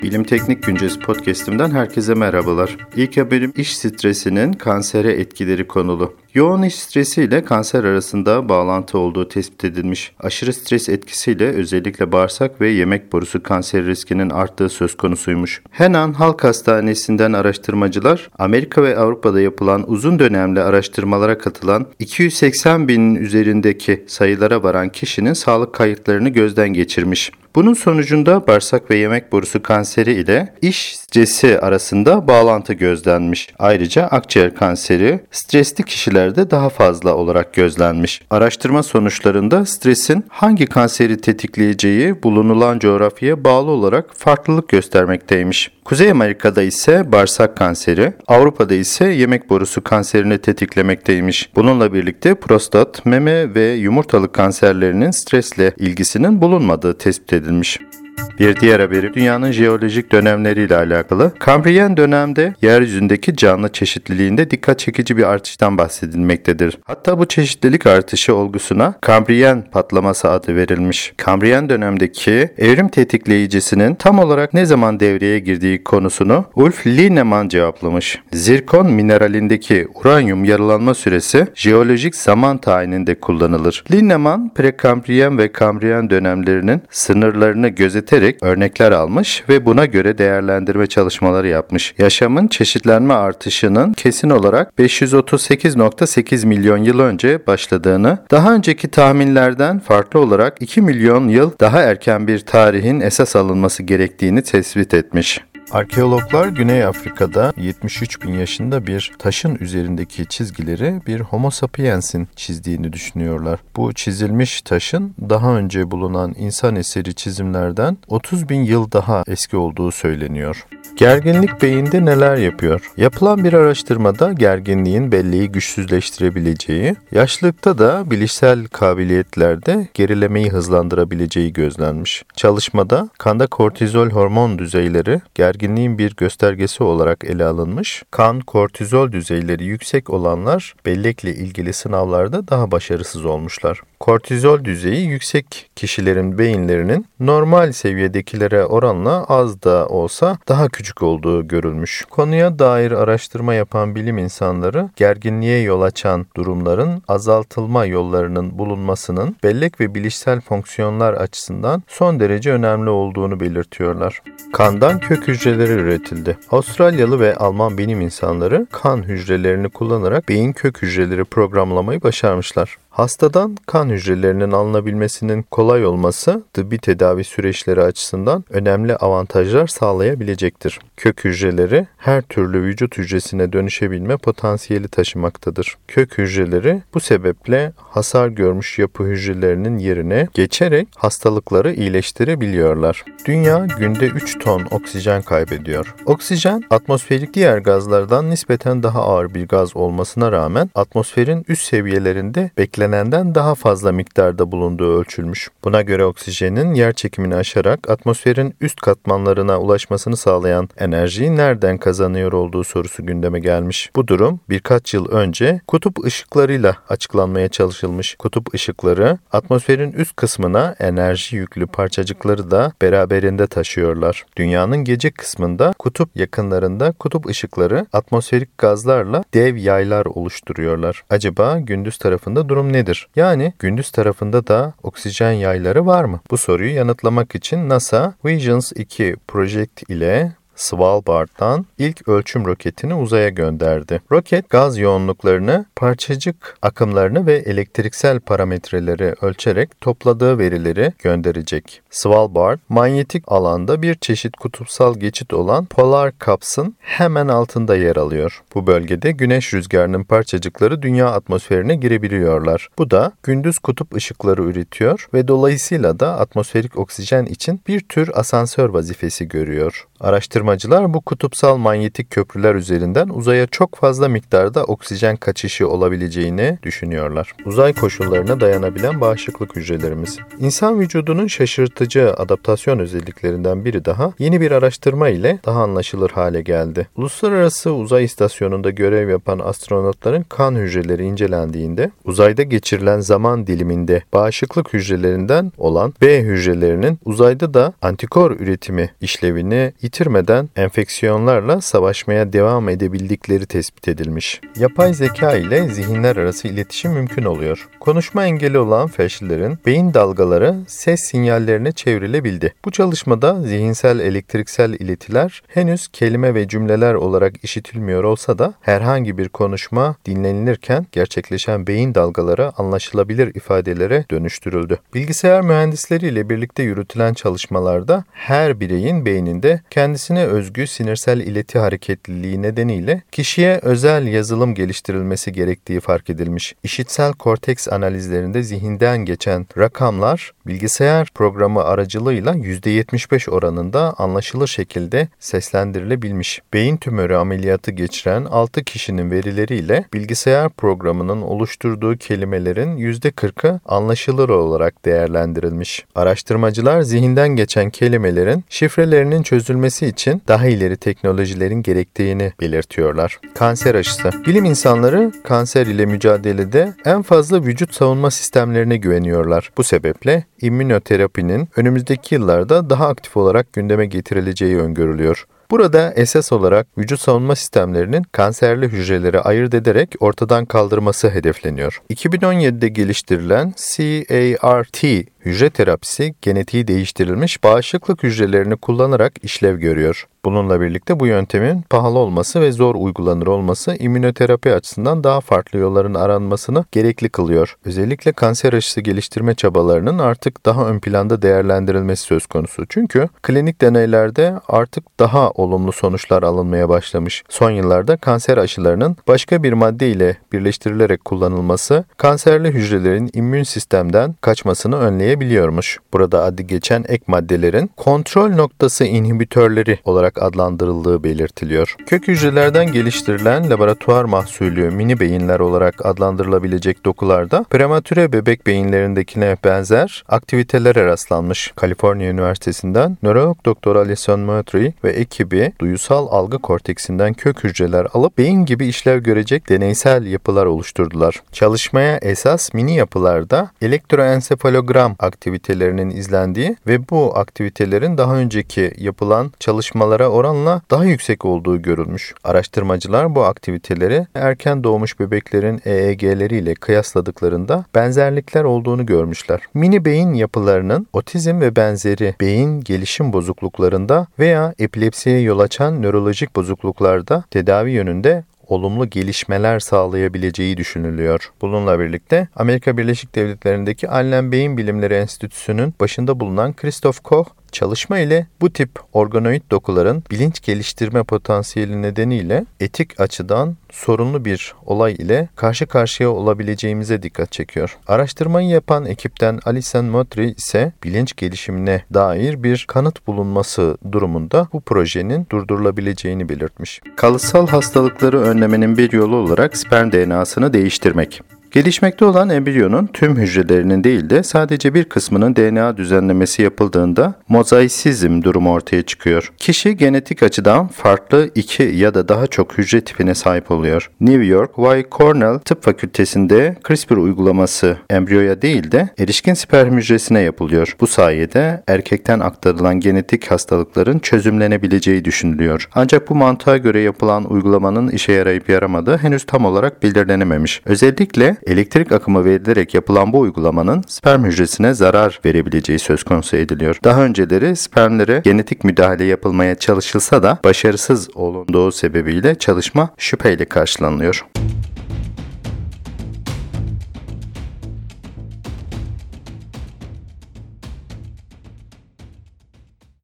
Bilim Teknik Güncesi podcast'imden herkese merhabalar. İlk haberim iş stresinin kansere etkileri konulu. Yoğun iş stresi ile kanser arasında bağlantı olduğu tespit edilmiş. Aşırı stres etkisiyle özellikle bağırsak ve yemek borusu kanseri riskinin arttığı söz konusuymuş. Henan Halk Hastanesi'nden araştırmacılar, Amerika ve Avrupa'da yapılan uzun dönemli araştırmalara katılan 280 binin üzerindeki sayılara varan kişinin sağlık kayıtlarını gözden geçirmiş. Bunun sonucunda bağırsak ve yemek borusu kanseri ile iş stresi arasında bağlantı gözlenmiş. Ayrıca akciğer kanseri stresli kişilerde daha fazla olarak gözlenmiş. Araştırma sonuçlarında stresin hangi kanseri tetikleyeceği bulunulan coğrafyaya bağlı olarak farklılık göstermekteymiş. Kuzey Amerika'da ise bağırsak kanseri, Avrupa'da ise yemek borusu kanserini tetiklemekteymiş. Bununla birlikte prostat, meme ve yumurtalık kanserlerinin stresle ilgisinin bulunmadığı tespit edilmiş. Bir diğer haberi dünyanın jeolojik dönemleriyle alakalı. Kambriyen dönemde yeryüzündeki canlı çeşitliliğinde dikkat çekici bir artıştan bahsedilmektedir. Hatta bu çeşitlilik artışı olgusuna Kambriyen patlaması adı verilmiş. Kambriyen dönemdeki evrim tetikleyicisinin tam olarak ne zaman devreye girdiği konusunu Ulf Linnemann cevaplamış. Zirkon mineralindeki uranyum yarılanma süresi jeolojik zaman tayininde kullanılır. Linnemann, prekambriyen ve kambriyen dönemlerinin sınırlarını gözeterek örnekler almış ve buna göre değerlendirme çalışmaları yapmış. Yaşamın çeşitlenme artışının kesin olarak 538,8 milyon yıl önce başladığını, daha önceki tahminlerden farklı olarak 2 milyon yıl daha erken bir tarihin esas alınması gerektiğini tespit etmiş. Arkeologlar Güney Afrika'da 73 bin yaşında bir taşın üzerindeki çizgileri bir Homo sapiens'in çizdiğini düşünüyorlar. Bu çizilmiş taşın daha önce bulunan insan eseri çizimlerden 30 bin yıl daha eski olduğu söyleniyor. Gerginlik beyinde neler yapıyor? Yapılan bir araştırmada gerginliğin belleği güçsüzleştirebileceği, yaşlılıkta da bilişsel kabiliyetlerde gerilemeyi hızlandırabileceği gözlenmiş. Çalışmada kanda kortizol hormon düzeyleri gerginliğin bir göstergesi olarak ele alınmış. Kan kortizol düzeyleri yüksek olanlar bellekle ilgili sınavlarda daha başarısız olmuşlar. Kortizol düzeyi yüksek kişilerin beyinlerinin normal seviyedekilere oranla az da olsa daha küçük olduğu görülmüş. Konuya dair araştırma yapan bilim insanları gerginliğe yol açan durumların azaltılma yollarının bulunmasının bellek ve bilişsel fonksiyonlar açısından son derece önemli olduğunu belirtiyorlar. Kandan kök hücreleri üretildi. Avustralyalı ve Alman bilim insanları kan hücrelerini kullanarak beyin kök hücreleri programlamayı başarmışlar. Hastadan kan hücrelerinin alınabilmesinin kolay olması tıbbi tedavi süreçleri açısından önemli avantajlar sağlayabilecektir. Kök hücreleri her türlü vücut hücresine dönüşebilme potansiyeli taşımaktadır. Kök hücreleri bu sebeple hasar görmüş yapı hücrelerinin yerine geçerek hastalıkları iyileştirebiliyorlar. Dünya günde 3 ton oksijen kaybediyor. Oksijen, atmosferik diğer gazlardan nispeten daha ağır bir gaz olmasına rağmen atmosferin üst seviyelerinde beklenenden daha fazla miktarda bulunduğu ölçülmüş. Buna göre oksijenin yer çekimini aşarak atmosferin üst katmanlarına ulaşmasını sağlayan enerjiyi nereden kazanıyor olduğu sorusu gündeme gelmiş. Bu durum birkaç yıl önce kutup ışıklarıyla açıklanmaya çalışılmış. Kutup ışıkları atmosferin üst kısmına enerji yüklü parçacıkları da beraberinde taşıyorlar. Dünyanın gece kısmında kutup yakınlarında kutup ışıkları atmosferik gazlarla dev yaylar oluşturuyorlar. Acaba gündüz tarafında durum nedir? Yani gündüz tarafında da oksijen yayları var mı? Bu soruyu yanıtlamak için NASA Visions 2 Project ile Svalbard'dan ilk ölçüm roketini uzaya gönderdi. Roket gaz yoğunluklarını, parçacık akımlarını ve elektriksel parametreleri ölçerek topladığı verileri gönderecek. Svalbard, manyetik alanda bir çeşit kutupsal geçit olan Polar Caps'ın hemen altında yer alıyor. Bu bölgede güneş rüzgarının parçacıkları dünya atmosferine girebiliyorlar. Bu da gündüz kutup ışıkları üretiyor ve dolayısıyla da atmosferik oksijen için bir tür asansör vazifesi görüyor. Araştırma Araştırmacılar bu kutupsal manyetik köprüler üzerinden uzaya çok fazla miktarda oksijen kaçışı olabileceğini düşünüyorlar. Uzay koşullarına dayanabilen bağışıklık hücrelerimiz. İnsan vücudunun şaşırtıcı adaptasyon özelliklerinden biri daha yeni bir araştırma ile daha anlaşılır hale geldi. Uluslararası Uzay İstasyonu'nda görev yapan astronotların kan hücreleri incelendiğinde uzayda geçirilen zaman diliminde bağışıklık hücrelerinden olan B hücrelerinin uzayda da antikor üretimi işlevini yitirmeden enfeksiyonlarla savaşmaya devam edebildikleri tespit edilmiş. Yapay zeka ile zihinler arası iletişim mümkün oluyor. Konuşma engeli olan felçlilerin beyin dalgaları ses sinyallerine çevrilebildi. Bu çalışmada zihinsel elektriksel iletiler henüz kelime ve cümleler olarak işitilmiyor olsa da herhangi bir konuşma dinlenilirken gerçekleşen beyin dalgaları anlaşılabilir ifadelere dönüştürüldü. Bilgisayar mühendisleriyle birlikte yürütülen çalışmalarda her bireyin beyninde kendisine özgü sinirsel ileti hareketliliği nedeniyle kişiye özel yazılım geliştirilmesi gerektiği fark edilmiş. İşitsel korteks analizlerinde zihinden geçen rakamlar bilgisayar programı aracılığıyla %75 oranında anlaşılır şekilde seslendirilebilmiş. Beyin tümörü ameliyatı geçiren 6 kişinin verileriyle bilgisayar programının oluşturduğu kelimelerin %40'ı anlaşılır olarak değerlendirilmiş. Araştırmacılar zihinden geçen kelimelerin şifrelerinin çözülmesi için daha ileri teknolojilerin gerektiğini belirtiyorlar. Kanser aşısı. Bilim insanları kanser ile mücadelede en fazla vücut savunma sistemlerine güveniyorlar. Bu sebeple immünoterapinin önümüzdeki yıllarda daha aktif olarak gündeme getirileceği öngörülüyor. Burada esas olarak vücut savunma sistemlerinin kanserli hücreleri ayırt ederek ortadan kaldırması hedefleniyor. 2017'de geliştirilen CAR-T hücre terapisi genetiği değiştirilmiş bağışıklık hücrelerini kullanarak işlev görüyor. Bununla birlikte bu yöntemin pahalı olması ve zor uygulanır olması immünoterapi açısından daha farklı yolların aranmasını gerekli kılıyor. Özellikle kanser aşısı geliştirme çabalarının artık daha ön planda değerlendirilmesi söz konusu. Çünkü klinik deneylerde artık daha olumlu sonuçlar alınmaya başlamış. Son yıllarda kanser aşılarının başka bir madde ile birleştirilerek kullanılması kanserli hücrelerin immün sistemden kaçmasını önleyebiliyormuş. Burada adı geçen ek maddelerin kontrol noktası inhibitörleri olarak adlandırıldığı belirtiliyor. Kök hücrelerden geliştirilen laboratuvar mahsulü mini beyinler olarak adlandırılabilecek dokularda prematüre bebek beyinlerindekine benzer aktivitelere rastlanmış. Kaliforniya Üniversitesi'nden nörolog doktor Alison Moultrie ve ekibi duyusal algı korteksinden kök hücreler alıp beyin gibi işlev görecek deneysel yapılar oluşturdular. Çalışmaya esas mini yapılarda elektroensefalogram aktivitelerinin izlendiği ve bu aktivitelerin daha önceki yapılan çalışmalara oranla daha yüksek olduğu görülmüş. Araştırmacılar bu aktiviteleri erken doğmuş bebeklerin EEG'leriyle kıyasladıklarında benzerlikler olduğunu görmüşler. Mini beyin yapılarının otizm ve benzeri beyin gelişim bozukluklarında veya epilepsiye yol açan nörolojik bozukluklarda tedavi yönünde olumlu gelişmeler sağlayabileceği düşünülüyor. Bununla birlikte Amerika Birleşik Devletleri'ndeki Allen Beyin Bilimleri Enstitüsü'nün başında bulunan Christoph Koch, çalışma ile bu tip organoid dokuların bilinç geliştirme potansiyeli nedeniyle etik açıdan sorunlu bir olay ile karşı karşıya olabileceğimize dikkat çekiyor. Araştırmayı yapan ekipten Alison Moultrie ise bilinç gelişimine dair bir kanıt bulunması durumunda bu projenin durdurulabileceğini belirtmiş. Kalıtsal hastalıkları önlemenin bir yolu olarak sperm DNA'sını değiştirmek. Gelişmekte olan embriyonun tüm hücrelerinin değil de sadece bir kısmının DNA düzenlemesi yapıldığında mozaisizm durumu ortaya çıkıyor. Kişi genetik açıdan farklı 2 ya da daha çok hücre tipine sahip oluyor. New York Y. Cornell Tıp Fakültesi'nde CRISPR uygulaması embriyoya değil de erişkin sperm hücresine yapılıyor. Bu sayede erkekten aktarılan genetik hastalıkların çözümlenebileceği düşünülüyor. Ancak bu mantığa göre yapılan uygulamanın işe yarayıp yaramadığı henüz tam olarak belirlenememiş. Özellikle elektrik akımı verilerek yapılan bu uygulamanın sperm hücresine zarar verebileceği söz konusu ediliyor. Daha önceleri spermlere genetik müdahale yapılmaya çalışılsa da başarısız olunduğu sebebiyle çalışma şüpheyle karşılanıyor.